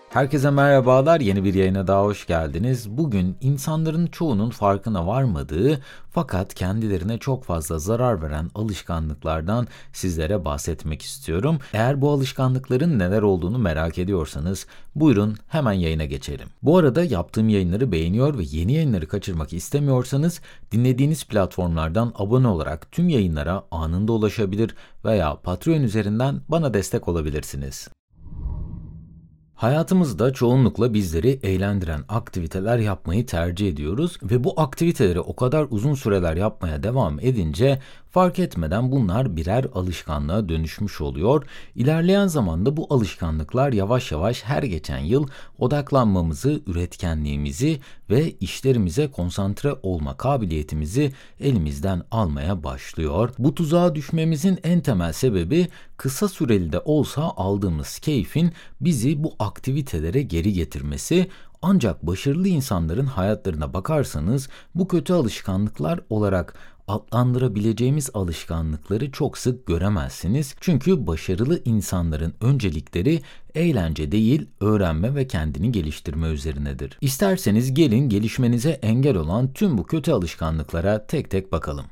Herkese merhabalar, yeni bir yayına daha hoş geldiniz. Bugün insanların çoğunun farkına varmadığı fakat kendilerine çok fazla zarar veren alışkanlıklardan sizlere bahsetmek istiyorum. Eğer bu alışkanlıkların neler olduğunu merak ediyorsanız buyurun hemen yayına geçelim. Bu arada yaptığım yayınları beğeniyor ve yeni yayınları kaçırmak istemiyorsanız dinlediğiniz platformlardan abone olarak tüm yayınlara anında ulaşabilir veya Patreon üzerinden bana destek olabilirsiniz. Hayatımızda çoğunlukla bizleri eğlendiren aktiviteler yapmayı tercih ediyoruz ve bu aktiviteleri o kadar uzun süreler yapmaya devam edince fark etmeden bunlar birer alışkanlığa dönüşmüş oluyor. İlerleyen zamanda bu alışkanlıklar yavaş yavaş her geçen yıl odaklanmamızı, üretkenliğimizi ve işlerimize konsantre olma kabiliyetimizi elimizden almaya başlıyor. Bu tuzağa düşmemizin en temel sebebi kısa süreli de olsa aldığımız keyfin bizi bu aktivitelere geri getirmesi. Ancak başarılı insanların hayatlarına bakarsanız bu kötü alışkanlıklar olarak adlandırabileceğimiz alışkanlıkları çok sık göremezsiniz. Çünkü başarılı insanların öncelikleri eğlence değil, öğrenme ve kendini geliştirme üzerinedir. İsterseniz gelin gelişmenize engel olan tüm bu kötü alışkanlıklara tek tek bakalım.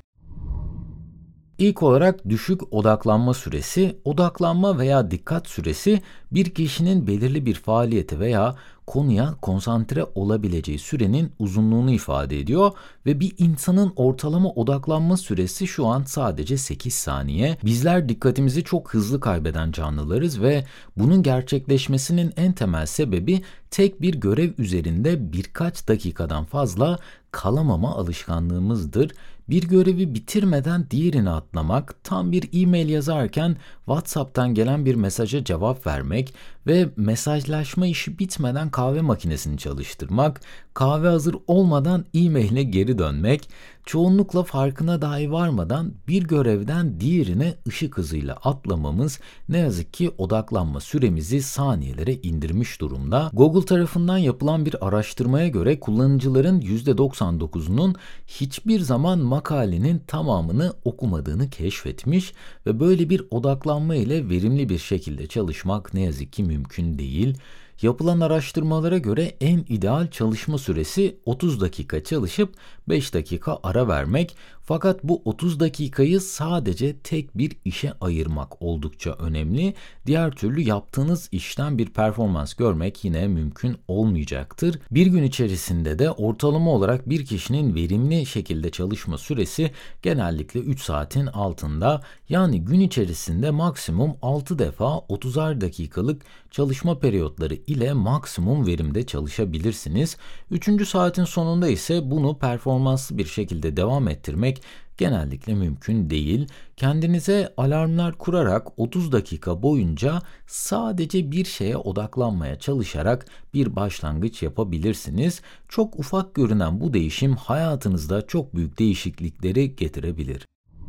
İlk olarak düşük odaklanma süresi, odaklanma veya dikkat süresi bir kişinin belirli bir faaliyete veya konuya konsantre olabileceği sürenin uzunluğunu ifade ediyor ve bir insanın ortalama odaklanma süresi şu an sadece 8 saniye. Bizler dikkatimizi çok hızlı kaybeden canlılarız ve bunun gerçekleşmesinin en temel sebebi tek bir görev üzerinde birkaç dakikadan fazla kalamama alışkanlığımızdır. Bir görevi bitirmeden diğerini atlamak, tam bir e-mail yazarken WhatsApp'tan gelen bir mesaja cevap vermek ve mesajlaşma işi bitmeden kahve makinesini çalıştırmak, kahve hazır olmadan e-maile geri dönmek, çoğunlukla farkına dahi varmadan bir görevden diğerine ışık hızıyla atlamamız ne yazık ki odaklanma süremizi saniyelere indirmiş durumda. Google tarafından yapılan bir araştırmaya göre kullanıcıların %99'unun hiçbir zaman makalenin tamamını okumadığını keşfetmiş ve böyle bir odaklanma ile verimli bir şekilde çalışmak ne yazık ki mümkün değil. Yapılan araştırmalara göre en ideal çalışma süresi 30 dakika çalışıp 5 dakika ara vermek. Fakat bu 30 dakikayı sadece tek bir işe ayırmak oldukça önemli. Diğer türlü yaptığınız işten bir performans görmek yine mümkün olmayacaktır. Bir gün içerisinde de ortalama olarak bir kişinin verimli şekilde çalışma süresi genellikle 3 saatin altında. Yani gün içerisinde maksimum 6 defa 30'ar dakikalık çalışma periyotları ile maksimum verimde çalışabilirsiniz. 3. saatin sonunda ise bunu performanslı bir şekilde devam ettirmek genellikle mümkün değil. Kendinize alarmlar kurarak 30 dakika boyunca sadece bir şeye odaklanmaya çalışarak bir başlangıç yapabilirsiniz. Çok ufak görünen bu değişim hayatınızda çok büyük değişiklikleri getirebilir.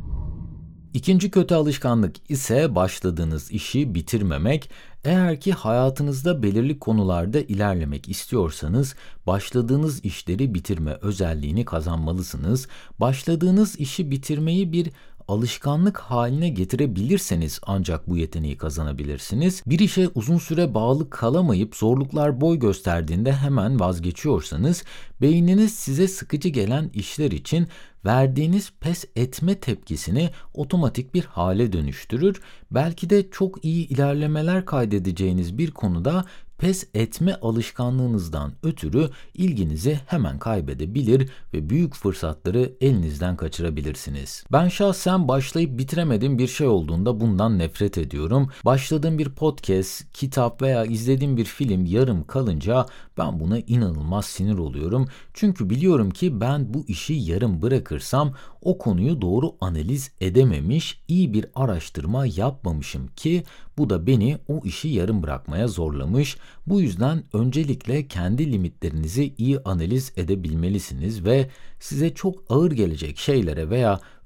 İkinci kötü alışkanlık ise başladığınız işi bitirmemek. Eğer ki hayatınızda belirli konularda ilerlemek istiyorsanız, başladığınız işleri bitirme özelliğini kazanmalısınız. Başladığınız işi bitirmeyi bir alışkanlık haline getirebilirseniz ancak bu yeteneği kazanabilirsiniz. Bir işe uzun süre bağlı kalamayıp zorluklar boy gösterdiğinde hemen vazgeçiyorsanız, beyniniz size sıkıcı gelen işler için verdiğiniz pes etme tepkisini otomatik bir hale dönüştürür. Belki de çok iyi ilerlemeler kaydedeceğiniz bir konuda pes etme alışkanlığınızdan ötürü ilginizi hemen kaybedebilir ve büyük fırsatları elinizden kaçırabilirsiniz. Ben şahsen başlayıp bitiremediğim bir şey olduğunda bundan nefret ediyorum. Başladığım bir podcast, kitap veya izlediğim bir film yarım kalınca ben buna inanılmaz sinir oluyorum. Çünkü biliyorum ki ben bu işi yarım bırakırsam o konuyu doğru analiz edememiş, iyi bir araştırma yapmamışım ki bu da beni o işi yarım bırakmaya zorlamış. Bu yüzden öncelikle kendi limitlerinizi iyi analiz edebilmelisiniz ve size çok ağır gelecek şeylere veya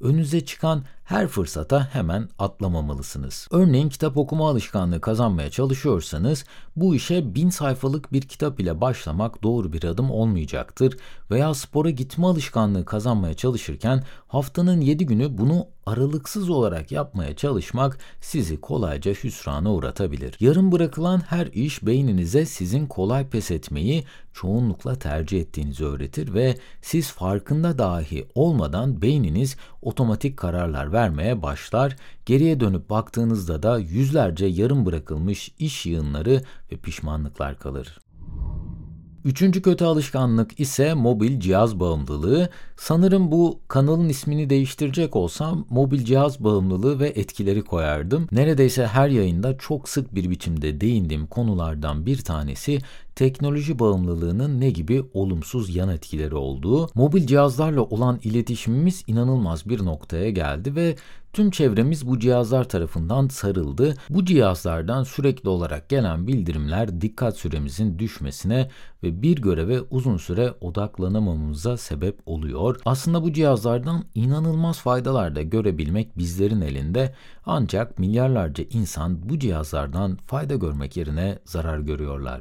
önünüze çıkan her fırsata hemen atlamamalısınız. Örneğin kitap okuma alışkanlığı kazanmaya çalışıyorsanız bu işe 1000 sayfalık bir kitap ile başlamak doğru bir adım olmayacaktır. Veya spora gitme alışkanlığı kazanmaya çalışırken haftanın 7 günü bunu aralıksız olarak yapmaya çalışmak sizi kolayca hüsrana uğratabilir. Yarım bırakılan her iş beyninize sizin kolay pes etmeyi çoğunlukla tercih ettiğinizi öğretir ve siz farkında dahi olmadan beyniniz otomatik kararlar vermeye başlar. Geriye dönüp baktığınızda da yüzlerce yarım bırakılmış iş yığınları ve pişmanlıklar kalır. Üçüncü kötü alışkanlık ise mobil cihaz bağımlılığı. Sanırım bu kanalın ismini değiştirecek olsam mobil cihaz bağımlılığı ve etkileri koyardım. Neredeyse her yayında çok sık bir biçimde değindiğim konulardan bir tanesi teknoloji bağımlılığının ne gibi olumsuz yan etkileri olduğu. Mobil cihazlarla olan iletişimimiz inanılmaz bir noktaya geldi ve tüm çevremiz bu cihazlar tarafından sarıldı. Bu cihazlardan sürekli olarak gelen bildirimler dikkat süremizin düşmesine ve bir göreve uzun süre odaklanamamamıza sebep oluyor. Aslında bu cihazlardan inanılmaz faydalar da görebilmek bizlerin elinde, ancak milyarlarca insan bu cihazlardan fayda görmek yerine zarar görüyorlar.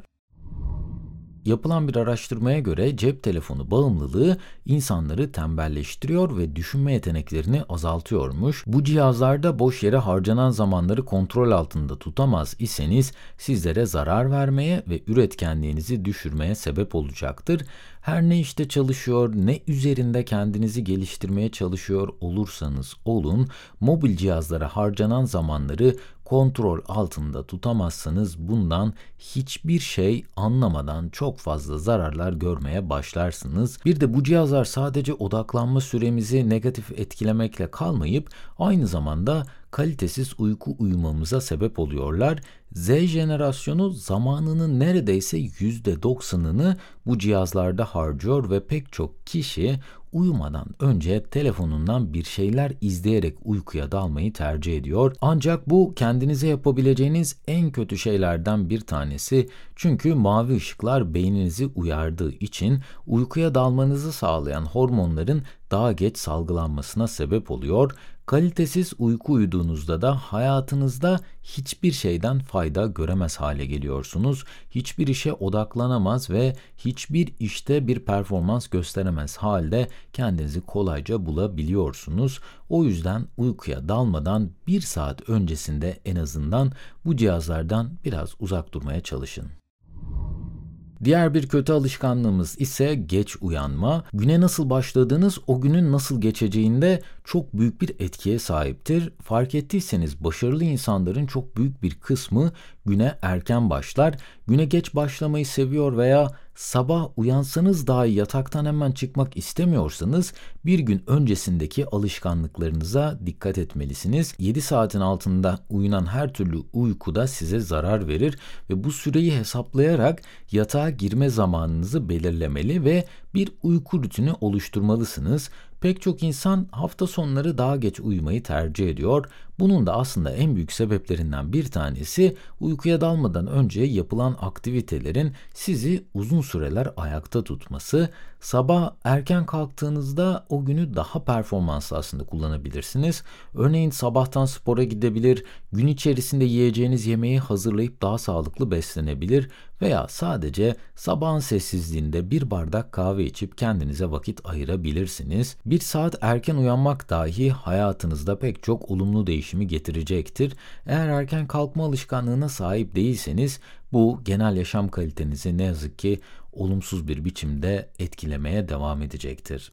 Yapılan bir araştırmaya göre cep telefonu bağımlılığı insanları tembelleştiriyor ve düşünme yeteneklerini azaltıyormuş. Bu cihazlarda boş yere harcanan zamanları kontrol altında tutamaz iseniz sizlere zarar vermeye ve üretkenliğinizi düşürmeye sebep olacaktır. Her ne işte çalışıyor, ne üzerinde kendinizi geliştirmeye çalışıyor olursanız olun, mobil cihazlara harcanan zamanları kontrol altında tutamazsanız bundan hiçbir şey anlamadan çok fazla zararlar görmeye başlarsınız. Bir de bu cihazlar sadece odaklanma süremizi negatif etkilemekle kalmayıp aynı zamanda kalitesiz uyku uyumamıza sebep oluyorlar. Z jenerasyonu zamanının neredeyse %90'ını bu cihazlarda harcıyor ve pek çok kişi uyumadan önce telefonundan bir şeyler izleyerek uykuya dalmayı tercih ediyor. Ancak bu kendinize yapabileceğiniz en kötü şeylerden bir tanesi. Çünkü mavi ışıklar beyninizi uyardığı için uykuya dalmanızı sağlayan hormonların daha geç salgılanmasına sebep oluyor. Kalitesiz uyku uyuduğunuzda da hayatınızda hiçbir şeyden fayda göremez hale geliyorsunuz. Hiçbir işe odaklanamaz ve hiçbir işte bir performans gösteremez halde kendinizi kolayca bulabiliyorsunuz. O yüzden uykuya dalmadan 1 saat öncesinde en azından bu cihazlardan biraz uzak durmaya çalışın. Diğer bir kötü alışkanlığımız ise geç uyanma. Güne nasıl başladığınız o günün nasıl geçeceğinde çok büyük bir etkiye sahiptir. Fark ettiyseniz başarılı insanların çok büyük bir kısmı güne erken başlar. Güne geç başlamayı seviyor veya sabah uyansanız dahi yataktan hemen çıkmak istemiyorsanız bir gün öncesindeki alışkanlıklarınıza dikkat etmelisiniz. 7 saatin altında uyunan her türlü uyku da size zarar verir ve bu süreyi hesaplayarak yatağa girme zamanınızı belirlemeli ve bir uyku rutini oluşturmalısınız. Pek çok insan hafta sonları daha geç uyumayı tercih ediyor. Bunun da aslında en büyük sebeplerinden bir tanesi uykuya dalmadan önce yapılan aktivitelerin sizi uzun süreler ayakta tutması. Sabah erken kalktığınızda o günü daha performanslı aslında kullanabilirsiniz. Örneğin sabahtan spora gidebilir, gün içerisinde yiyeceğiniz yemeği hazırlayıp daha sağlıklı beslenebilir veya sadece sabahın sessizliğinde bir bardak kahve içip kendinize vakit ayırabilirsiniz. 1 saat erken uyanmak dahi hayatınızda pek çok olumlu değişimi getirecektir. Eğer erken kalkma alışkanlığına sahip değilseniz bu genel yaşam kalitenizi ne yazık ki olumsuz bir biçimde etkilemeye devam edecektir.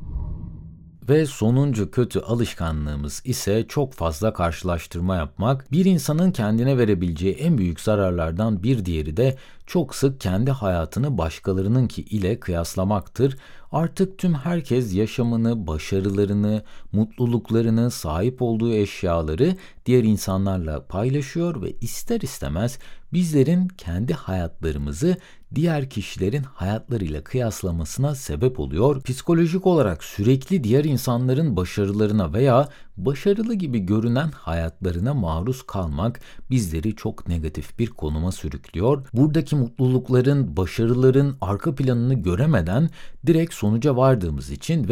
Ve sonuncu kötü alışkanlığımız ise çok fazla karşılaştırma yapmak. Bir insanın kendine verebileceği en büyük zararlardan bir diğeri de çok sık kendi hayatını başkalarınınki ile kıyaslamaktır. Artık tüm herkes yaşamını, başarılarını, mutluluklarını, sahip olduğu eşyaları diğer insanlarla paylaşıyor ve ister istemez bizlerin kendi hayatlarımızı diğer kişilerin hayatlarıyla kıyaslamasına sebep oluyor. Psikolojik olarak sürekli diğer insanların başarılarına veya başarılı gibi görünen hayatlarına maruz kalmak bizleri çok negatif bir konuma sürüklüyor. Buradaki mutlulukların, başarıların arka planını göremeden direkt sonuca vardığımız için ve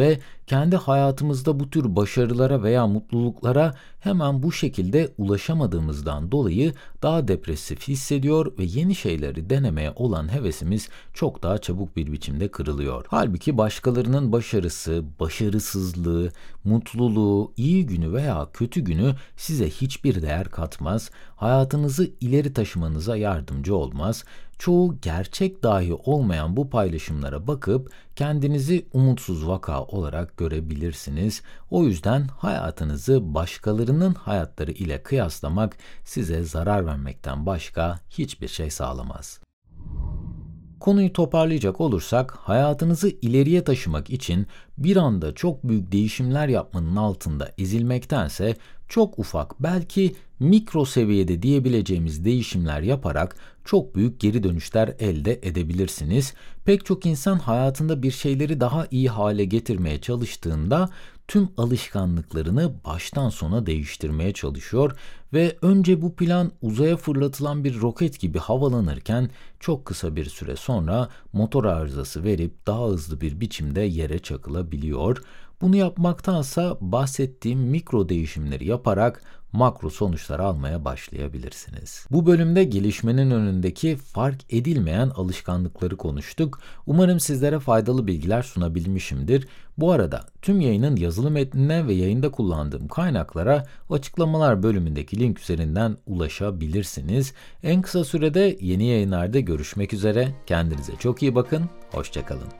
kendi hayatımızda bu tür başarılara veya mutluluklara hemen bu şekilde ulaşamadığımızdan dolayı daha depresif hissediyor ve yeni şeyleri denemeye olan hevesimiz çok daha çabuk bir biçimde kırılıyor. Halbuki başkalarının başarısı, başarısızlığı, mutluluğu, iyi günü veya kötü günü size hiçbir değer katmaz, hayatınızı ileri taşımanıza yardımcı olmaz. Çoğu gerçek dahi olmayan bu paylaşımlara bakıp kendinizi umutsuz vaka olarak görebilirsiniz. O yüzden hayatınızı başkalarının hayatları ile kıyaslamak size zarar vermekten başka hiçbir şey sağlamaz. Konuyu toparlayacak olursak, hayatınızı ileriye taşımak için bir anda çok büyük değişimler yapmanın altında ezilmektense, çok ufak, belki mikro seviyede diyebileceğimiz değişimler yaparak çok büyük geri dönüşler elde edebilirsiniz. Pek çok insan hayatında bir şeyleri daha iyi hale getirmeye çalıştığında tüm alışkanlıklarını baştan sona değiştirmeye çalışıyor ve önce bu plan uzaya fırlatılan bir roket gibi havalanırken çok kısa bir süre sonra motor arızası verip daha hızlı bir biçimde yere çakılabiliyor. Bunu yapmaktansa bahsettiğim mikro değişimleri yaparak makro sonuçlar almaya başlayabilirsiniz. Bu bölümde gelişmenin önündeki fark edilmeyen alışkanlıkları konuştuk. Umarım sizlere faydalı bilgiler sunabilmişimdir. Bu arada tüm yayının yazılı metnine ve yayında kullandığım kaynaklara açıklamalar bölümündeki link üzerinden ulaşabilirsiniz. En kısa sürede yeni yayınlarda görüşmek üzere. Kendinize çok iyi bakın. Hoşça kalın.